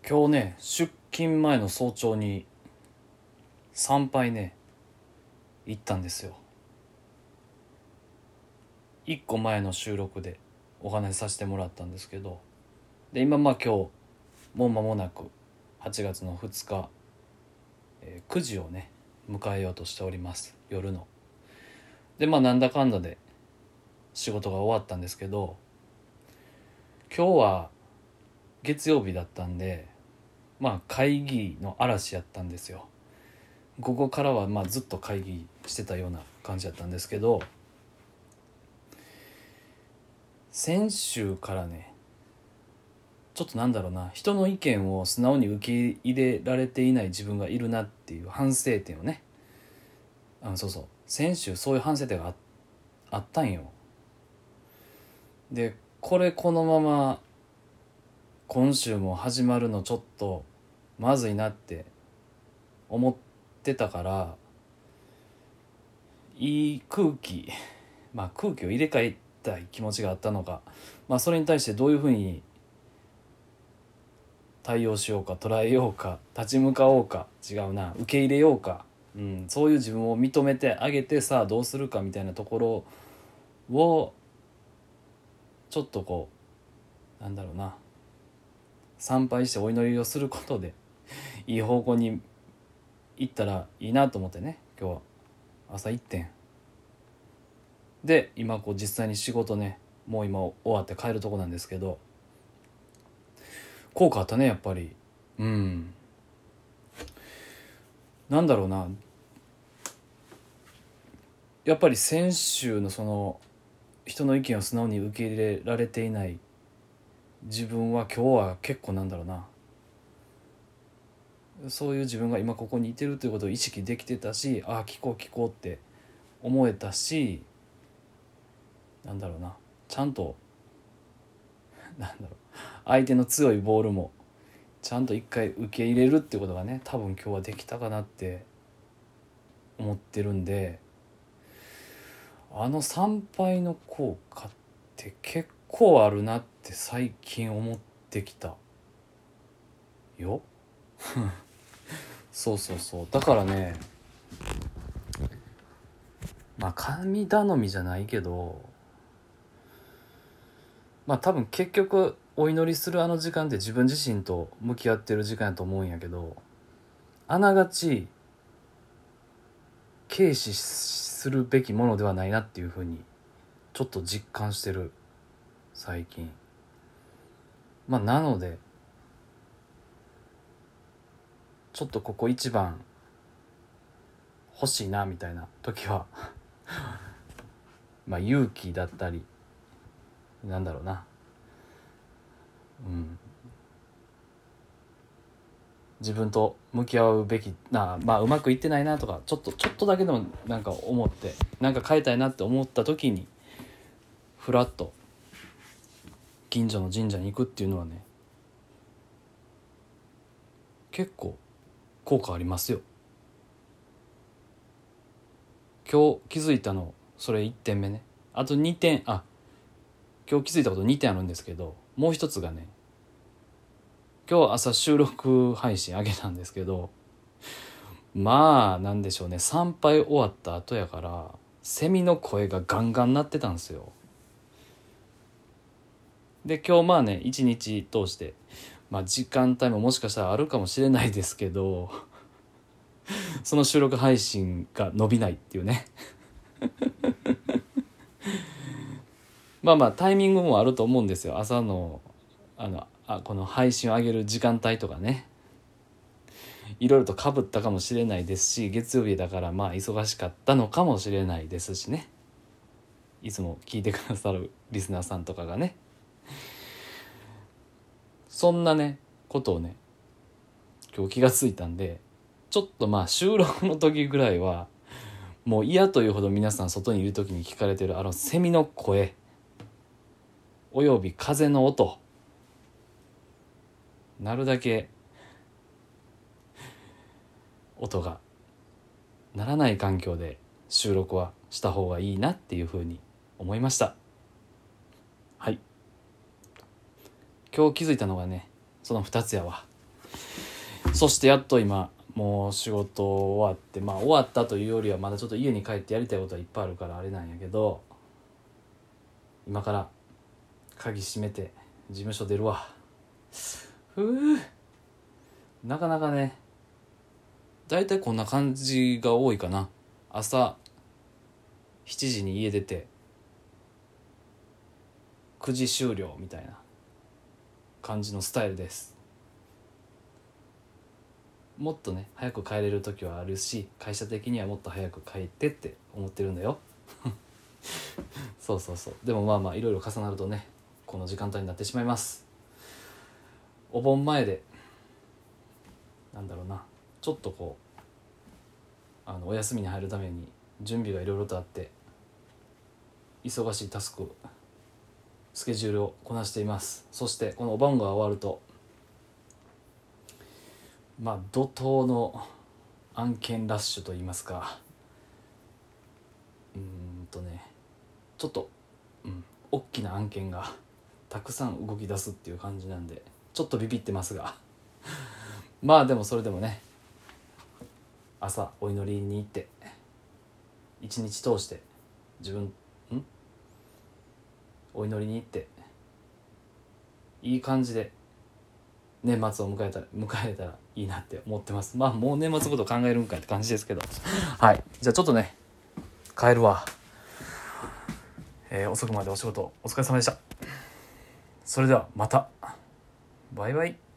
今日ね、出勤前の早朝に参拝ね行ったんですよ。一個前の収録でお話しさせてもらったんですけど、で今今日もう間もなく8月の2日、9時をね迎えようとしております。夜のでなんだかんだで仕事が終わったんですけど、今日は月曜日だったんで会議の嵐やったんですよ。午後からはずっと会議してたような感じだったんですけど、先週からねちょっと人の意見を素直に受け入れられていない自分がいるなっていう反省点をね、先週そういう反省点があったんよ。でこのまま今週も始まるのちょっとまずいなって思ってたから、いい空気空気を入れ替えたい気持ちがあったのか、それに対してどういうふうに対応しようか、捉えようか、立ち向かおうか、受け入れようか、そういう自分を認めてあげて、さあどうするかみたいなところをちょっと参拝してお祈りをすることでいい方向に行ったらいいなと思ってね、今日は朝行ってんで、今実際に仕事ね、もう今終わって帰るとこなんですけど、効果あったねやっぱり。やっぱり先週のその人の意見を素直に受け入れられていない自分は今日は結構そういう自分が今ここにいてるということを意識できてたし、聞こうって思えたし、ちゃんと相手の強いボールもちゃんと一回受け入れるっていうことがね、多分今日はできたかなって思ってるんで、参拝の効果って結構あるなって最近思ってきたよそうだからね、神頼みじゃないけど、多分結局お祈りする時間って自分自身と向き合ってる時間やと思うんやけど、あながち軽視するべきものではないなっていうふうにちょっと実感してる最近。なのでちょっとここ一番欲しいなみたいな時は勇気だったり自分と向き合うべきな、うまくいってないなとか、ちょっとだけでも思って変えたいなって思った時にふらっと近所の神社に行くっていうのはね、結構効果ありますよ。今日気づいたのそれ1点目ね。あと2点、今日気づいたこと2点あるんですけど、もう一つがね、今日朝収録配信あげたんですけど、なんでしょうね、参拝終わった後やからセミの声がガンガン鳴ってたんですよ。で今日一日通して時間帯ももしかしたらあるかもしれないですけどその収録配信が伸びないっていうねタイミングもあると思うんですよ。朝のこの配信を上げる時間帯とかね、いろいろと被ったかもしれないですし、月曜日だから忙しかったのかもしれないですしね、いつも聞いてくださるリスナーさんとかがね、そんなねことをね今日気がついたんで、ちょっと収録の時ぐらいはもう嫌というほど皆さん外にいる時に聞かれてるセミの声および風の音、なるだけ音がならない環境で収録はした方がいいなっていうふうに思いました。はい、今日気づいたのがねその2つやわ。 そしてやっと今もう仕事終わって、終わったというよりはまだちょっと家に帰ってやりたいことはいっぱいあるからあれなんやけど、今から鍵閉めて事務所出るわ。なかなかね、だいたいこんな感じが多いかな。朝7時に家出て9時終了みたいな感じのスタイルです。もっとね早く帰れる時はあるし、会社的にはもっと早く帰ってって思ってるんだよそうそうそう。でもいろいろ重なるとねこの時間帯になってしまいます。お盆前でちょっとこうお休みに入るために準備がいろいろとあって忙しいタスクスケジュールをこなしています。そしてこのお盆が終わると怒涛の案件ラッシュといいますか、ちょっと、大きな案件がたくさん動き出すっていう感じなんでちょっとビビってますがでもそれでもね、朝お祈りに行って一日通してお祈りに行っていい感じで年末を迎えたらいいなって思ってます。もう年末のことを考えるんかいって感じですけどはい、じゃあちょっとね帰るわ。遅くまでお仕事お疲れ様でした。それではまた。バイバイ。